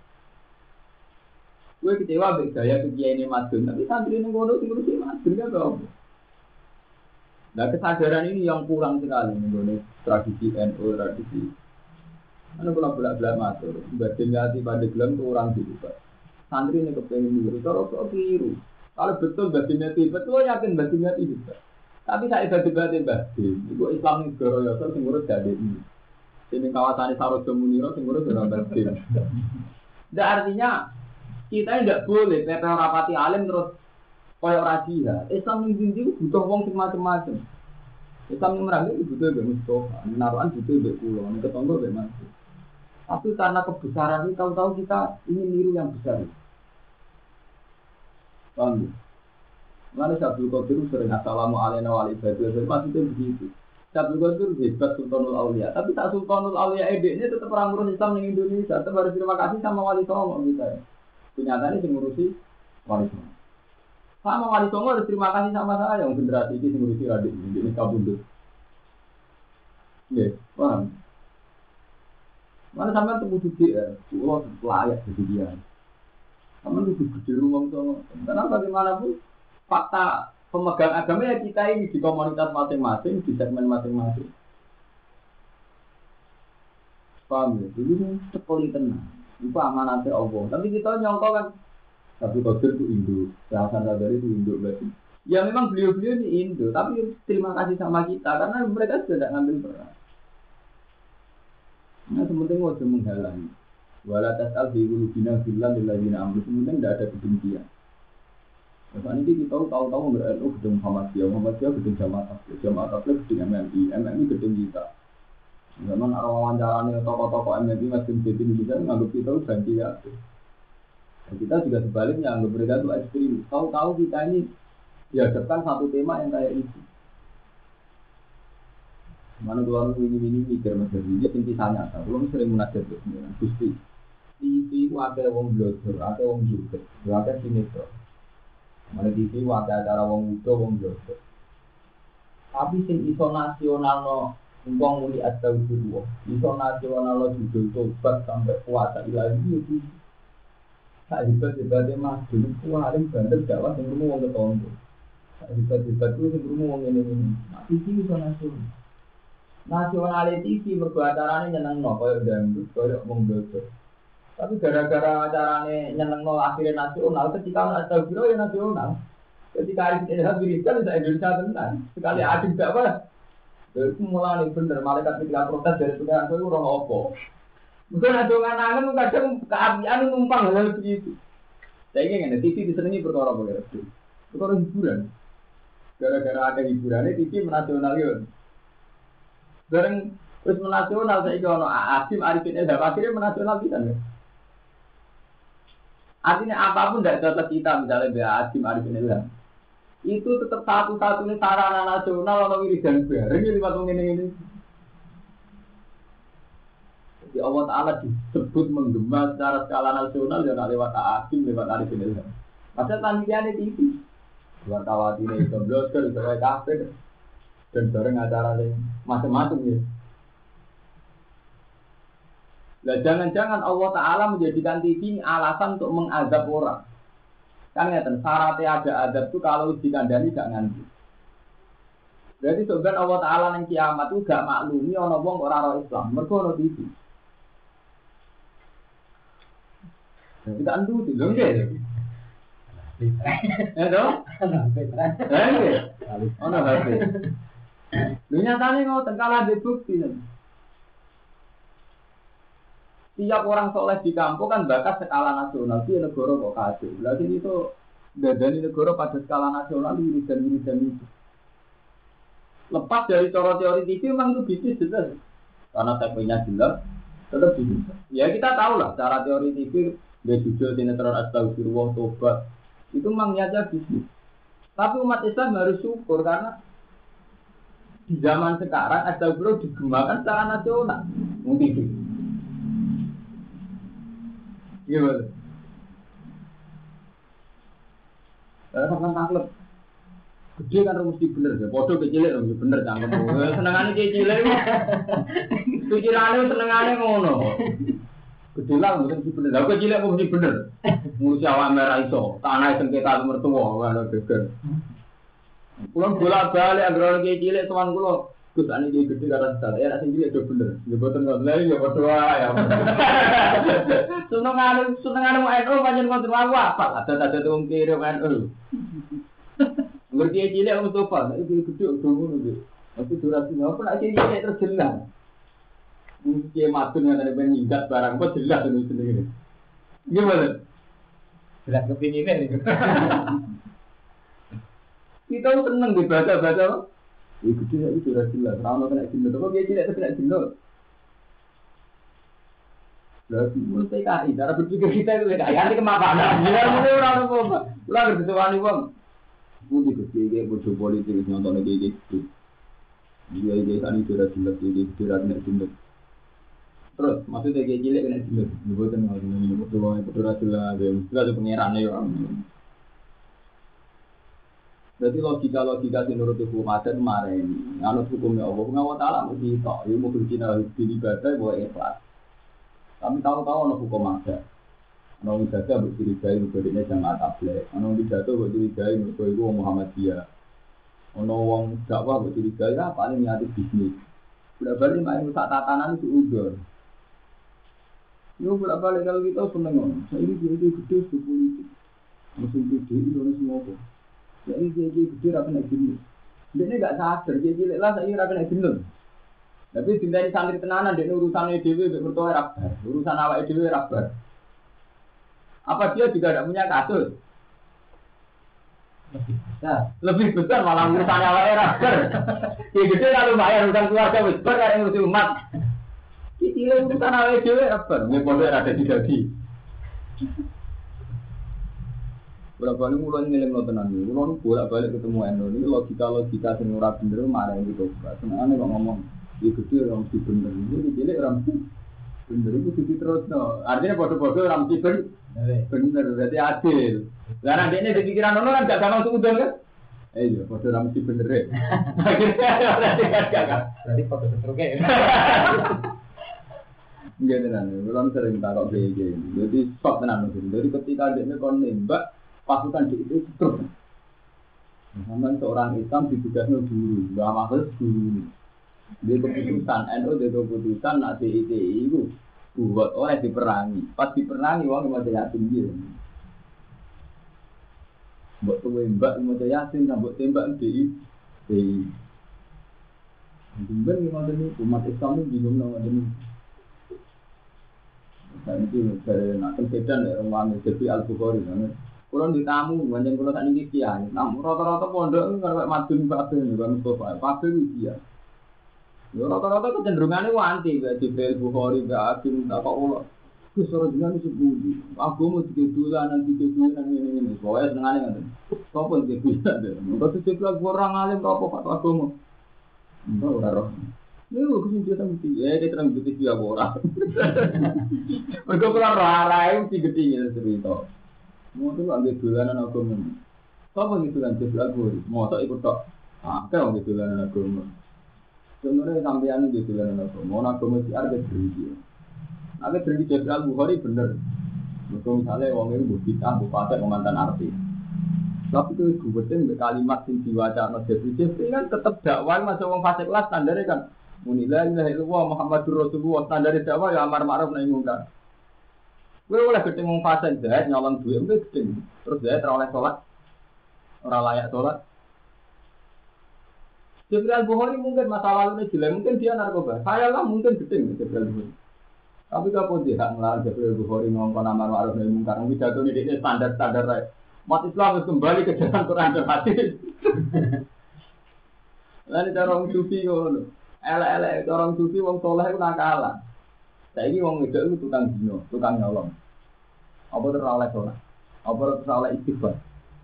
Gue kecewa mbek gaya kiai ini madun, tapi santri ning kono sing ngurusi madun kan apa? Nah kesadaran ini yang kurang sekali mengenai tradisi NU, tradisi. Anu kalau bolak-balik matur, batin hati pada gelam itu orang juga. Santri ini kepengen niru, kalau keliru. Kalau betul batin hati, betul yakin batin hati juga. Tapi saya batin batin, itu Islam ini goroyotor, sing ngurus jadi ini. Ini kawasan Sarojo Muniro, sing ngurus adalah batin. Dan artinya kita tidak boleh PP rapati alim terus koyok rahasia. Islam ini butuh wong sing macam-macam. Islam yang merangkul itu butuh mbek Mustafa, naruhan butuh mbek kula, ketonggo mbek Mas. Tapi karena kebesaran ini tahu-tahu kita ingin niru yang besar. Paham? Lalu Abdul Qadir sering assalamu alaikum warahmatullahi wabarakatuh. Maksudnya begitu. Abdul Qadir hebat Sultanul Aulia, tapi tak Sultanul Aulia ini tetap orang ngurus Islam di Indonesia. Tetap harus terima kasih sama Wali Songo kita. Kenyataannya sing ngurusi Wali Songo. Sama Wali Songo harus terima kasih sama saya yang generasi ini ngurusi Radik ini kabundut. Iya, paham. Mana sampai temu juga ya, pulau layak jadi dia. Sama itu gede rumah Songo. Karena bagaimanapun fakta pemegang agama ya kita ini di komunitas masing-masing, di segmen masing-masing. Paham ya? Jadi sekali tenang. Itu amanatnya Allah. Tapi kita nyongkok kan. Tapi Qadir itu Indo, Hasan Sadari itu Indo berarti. Ya memang beliau-beliau ini Indo, tapi terima kasih sama kita karena mereka sudah tidak ngambil peran. Nah sementing wajah menghalangi. Wala tas'al bi qulubina billah lil ladzina amanu. Sementing tidak ada kebencian. Nah ini kita tahu-tahu NU gedung Muhammadiyah gedung Jamaah Tabligh gedung MMI gedung kita. Zaman wawancarane tokoh-tokoh MMI masih jadi bisa nganggap kita ganti ya. Kita juga sebaliknya anggap mereka itu ekstrim. Tahu-tahu kita ini dihadapkan satu tema yang kayak itu. Mana keluar ini mikir macam ini intinya nyata. Belum sering munajat sebenarnya. Gusti, TV itu ada wong blogger, ada wong juga, ada sinetron. Mana TV itu ada acara wong muda, wong blogger. Tapi sing iso nasional no, wong muni astagfirullah. Iso nasional no judul tobat sampai puasa ilahi itu. Tak hebat-hebatnya mas, dulu paling bandel dakwah yang rumah orang ketonggo. Tak hebat-hebat itu yang rumah orang ini. Nah, TV itu nasional. Nasional TV berbuatannya nyeneng no, kaya dangdut, kaya memblogger. Tapi gara-gara acaranya nyeneng no akhirnya nasional, ketika ada biro ya nasional. Ketika hari ini habiskan, bisa Indonesia tenang. Sekali adik dakwah, itu mulai bener, malaikat ketika protes dari pengeran itu orang opo. Mungkin ada angan-angan kadang keapian numpang hal begitu. Saya ingin ada TV disenangi perkara-perkara itu. Perkara hiburan. Gara-gara ada hiburannya TV menasional yo. Bareng terus menasional saiki ono Asim Arifin Ilham akhirnya menasional bisa kan. Artinya apapun tidak cocok kita misalnya Asim Arifin Ilham. Itu tetap satu-satunya sarana nasional ono wiridan bareng iki liwat ngene-ngene. Jadi Allah Ta'ala disebut menggema secara skala nasional ya lewat Asim, lewat Arifin Ilham. Padahal tandiannya TV. Wartawan ini itu blogger, itu kafir. Dan bareng acara yang macam-macam ya. Nah, jangan-jangan Allah Ta'ala menjadikan TV ini alasan untuk mengazab orang. Kan ngeten, syaratnya ada azab itu kalau dikandani gak nganti. Berarti sebenarnya Allah Ta'ala yang kiamat itu gak maklumi ana wong ora ora Islam, mergo ana TV. Kita andu sih, lho nggih. Ya toh? Ana HP. Lho nyatane ngoten kala di bukti. Tiap orang soleh di kampung kan bakat skala nasional, di negara kok kacau. Berarti itu dadani negara pada skala nasional wiridan itu. Lepas dari teori TV memang itu bisnis jelas. Karena segmennya jelas, tetap bisnis. Ya kita tahu lah cara teori TV, dia jujur sinetron astagfirullah tobat itu memang niatnya bisnis. Tapi umat Islam harus syukur karena di zaman sekarang astagfirullah digemakan secara nasional. Mungkin gimana? Sama taklep. Gede kan mesti bener ya. Podo kecilek mesti bener cangkem. Senengane kecilek. Pikirane senengane ngono. Gede lah mesti bener. Lah kecilek mesti bener. Ngurusi awak merah iso. Tanah sengketa mertua ngono geger. Kulo bolak-balik anggere kecilek tuan kulo. Gus ane iki gede karo sadar. Ya sing iki do bener. Ya boten ngono ya padha wae ya. Senengane NU pancen kontrol aku apa? Ada wong kiri NU. Ngerti cilik wong topan, iki gede do ngono iki. Aku durasi apa nek cilik terus jelas. Mungkin matun ngene ben nyingkat barang kok jelas ngono sendiri. Gimana? Jelas kepingine iki. Kita seneng dibaca-baca. Iki gede iki sudah jelas. Ora ono kena jelas. Kok dia cilik kena jelas. Berarti menurut PKI, cara berpikir kita itu PKI, nanti kemapanan. Biar mulai orang apa-apa. Ulah berkesukaan wong. Mungkin kecil, bodoh politik, nonton lagi gitu. Dia tadi sudah jelas, dia sudah kena jelas. Terus, maksudnya kayak cilik kena jelas. Dibuatkan ngomong, bodoh jelas, dia ada pengerannya ya. Berarti logika di menurut hukum adat kemarin, anut hukumnya Allah Ta'ala mesti tak, ya mau bercina di ibadah, boleh ikhlas. Kami tahu-tahu ada hukum ada. Ada orang ibadah bercurigai berikutnya jamaah tabligh. Ada orang ibadah bercurigai berikutnya Muhammadiyah. Ada orang dakwah bercurigai paling niat bisnis. Bolak-balik main rusak tatanan itu udah. Yo bolak-balik kalau kita seneng. Saya ini dia gede politik. Musim gede ini orang semua kok. Saya ini dia gede rakan jenuh. Dia nggak sadar dia cilik lah saya rakan jenuh. Tapi dinteni santri tenanan dene urusane dhewe mek mertua rabar, urusan awake dhewe rabar. Apa dia juga tidak punya kasus? Lebih besar malah urusan awake rabar. Ki gede kalau bayar urusan keluarga wis bar karo ngurusi umat. Ki cilik urusan awake dhewe rabar, mek pondok ada didadi. Bolak-balik mulai ngeling tenan iki. Kulo bolak-balik ketemu eno iki logika-logika sing ora bener marah gitu. Senengane kok ngomong itu orang mesti bener, ini cilik orang mesti bener itu terus no. Artinya bodoh-bodoh orang mesti bener, berarti adil. Karena dia ini di pikiran orang kan gak gampang suudon kan? Iya, bodoh orang mesti bener ya. Berarti bodoh seterusnya. Enggak tenan, belum sering takut kayak gini. Jadi stop tenan mungkin. Jadi ketika dia kon nembak pasukan di itu terus. Sama seorang Islam ditugasnya guru, nggak maksud guru. Dia keputusan, NU dia keputusan nak DITI itu buat oleh diperangi. Pas diperangi orang mau yatim dia. Buat tembak mau yatim, buat tembak DITI. Bingung gimana ni umat Islam ni bingung nama ni. Dan itu dari nak kesedan orang Al Bukhari, Kulo di tamu, banyak kulo tak niki kiai. Nah, rata-rata pondok kalau madun kabeh niku Mustafa. Kabeh iki ya. Yo rata-rata kecenderungane wanti kayak Jibril Bukhari gak akim tak kok ulo. Wis ora jenenge sepundi. Aku mau dikedulan ngene-ngene. Pokoke senengane ngoten. Sopo dikedulan deh. Engko diceklak orang alim apa Pak agama. Enggak ora roh. Lho kesimpulan mesti ya kita nang butuh dia ora. Mergo kula arahe mesti gedhe cerita. Mau tuh ambil dolanan agama. Sopo dikedulan Jibril Bukhari. Mosok ikut tok. Ah, kau dikedulan agama. Sebenarnya sampean itu dolanan agama si arep berhenti. Ada berhenti Jibril Bukhari bener. Misalnya wong itu bukitah, bupati, mantan artis. Tapi itu gubetin kalimat yang diwaca Jibril kan tetap dakwah masuk wong fasik kelas standarnya kan. Munilah ilaha illallah Muhammadur Rasulullah standar dakwah ya amar ma'ruf nahi munkar. Kowe oleh gedhe wong fasik jahat nyolong duit wis gedhe. Terus jahat ora oleh salat. Ora layak salat. Jibril Bukhari mungkin masa lalunya jelek, mungkin dia narkoba. Saya lah mungkin gedhe Jibril Bukhari. Tapi kalau dia tak ngelarang Jibril Bukhari ngomong amar ma'ruf nahi munkar, pidato ini standar-standar ae. Umat Islam harus kembali ke jalan Quran dan hadis. Lalu cara orang sufi ngono. Elek-elek orang sufi wong saleh iku nakalan. Saiki wong wedok iku tukang zina, tukang nyolong. Apa terus oleh salat? Apa terus oleh istighfar?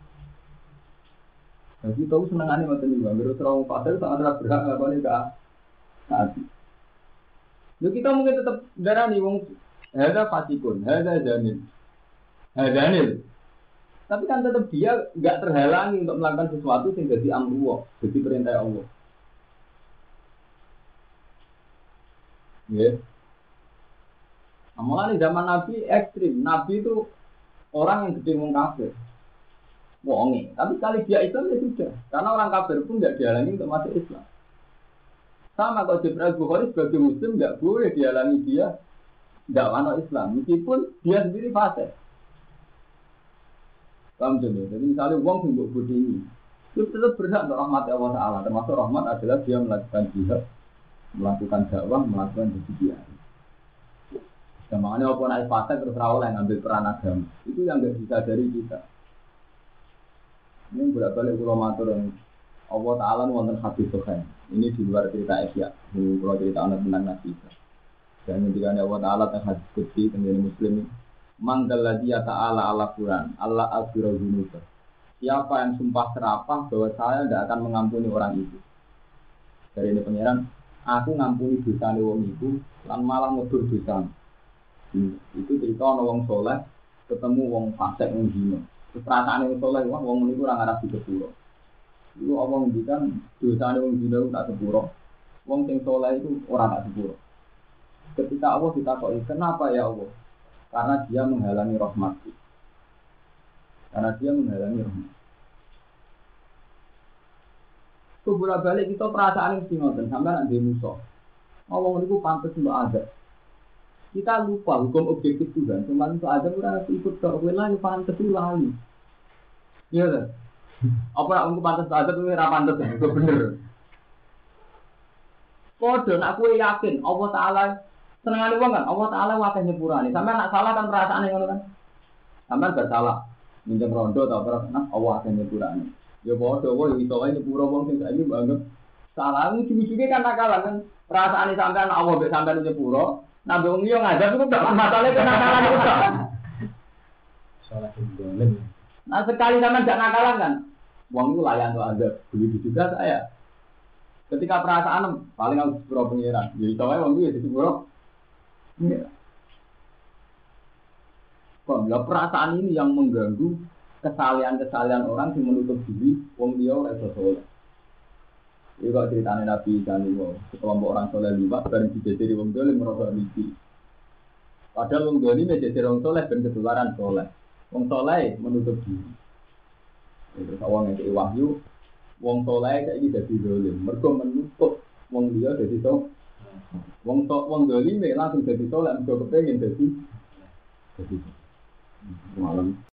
Jadi tahu senengane ngoten niku, menurut orang fasik sangat berhak ngakoni saat. Yo kita mungkin tetap darani wong hadza fasikun, hadza janin. Hadanil. Tapi kan tetap dia nggak terhalangi untuk melakukan sesuatu yang jadi amruwa, jadi perintah Allah. Ya. Amalan di zaman Nabi ekstrim. Nabi itu orang yang gede wong kafir. Wonge. Tapi sekali dia Islam ya sudah. Karena orang kafir pun nggak dihalangi untuk masuk Islam. Sama kalau Jibril Bukhari sebagai Muslim nggak boleh dihalangi dia nggak masuk Islam, meskipun dia sendiri fasik. Paham jadi? Jadi misalnya uang untuk budi ini, itu tetap berhak untuk rahmat Allah Taala. Termasuk rahmat adalah dia melakukan jihad, melakukan dakwah, melakukan jihad. Dan makanya walaupun naik fasik terus rawol yang ngambil peran agama, itu yang nggak bisa dari kita. Ini bolak-balik pulau matur yang Allah Taala wonten hadis sahih. Ini di luar cerita Asia. Ini kalau cerita anak tentang Nabi. Dan ketika Allah Taala tentang hadis qudsi tentang Muslim. Manggaladi ya ta'ala ala Quran Allah al-Firuzunubah. Siapa yang sumpah serapah bahwa saya tidak akan mengampuni orang itu. Dari ini pengiran, aku ngampuni dosa wong itu lan malah ngudur dosa. Itu cerita wong soleh ketemu wong fasik wong zina. Terus perasaan wong soleh wong itu ora ngarep disepuro. Itu Allah ngendikan dosa wong zina tak sepuro. Wong sing soleh itu ora tak sepuro. Ketika Allah ditakoki, "Kenapa ya Allah?" Karena dia menghalangi rahmat. Karena dia menghalangi rahmat. Kebolak balik kita perasaan yang ngoten sampai nanti musuh. Allah itu pantas untuk azab. Kita lupa hukum objektif Tuhan. Cuma untuk azab kita ikut tok kowe lali pantas itu lali. Iya kan? Apa nak untuk pantas azab itu ora pantas itu bener. Kode aku yakin Allah Taala senengane wong kan Allah Taala wakeh nyepurane. Sampai nak salah kan perasaane ngono kan. Sampai bersalah. Minjem rondo ta perasaan Allah wakeh nyepurane. Ya padha wae iso wae nyepuro wong sing saiki banget. Salah ujug-ujuge kan nakalan kan. Perasaane sampean Allah mbek sampean nyepuro, nambah wong liya ngajak itu gak masalah kenakalan itu. Salah dolen. Nah sekali sampean gak nakalan kan. Wong itu layan untuk azab. Begitu juga saya. Ketika perasaan paling harus sepuro pengiran. Ya iso wae wong iki disepuro. Ya. Kalau perasaan ini yang mengganggu kesalahan-kesalahan orang yang menutup diri, wong dia oleh soleh. Ini kalau ceritanya Nabi kan itu, sekelompok orang soleh liwat, bareng dijajari wong dolim merasa misi. Padahal wong dolim dijajari wong soleh dan ketularan soleh. Wong soleh menutup diri. Terus awang yang wahyu, wong soleh kayak ini jadi dolim. Mereka menutup wong dia jadi soleh. Wong dolim langsung jadi soleh, mereka kepengen jadi malam.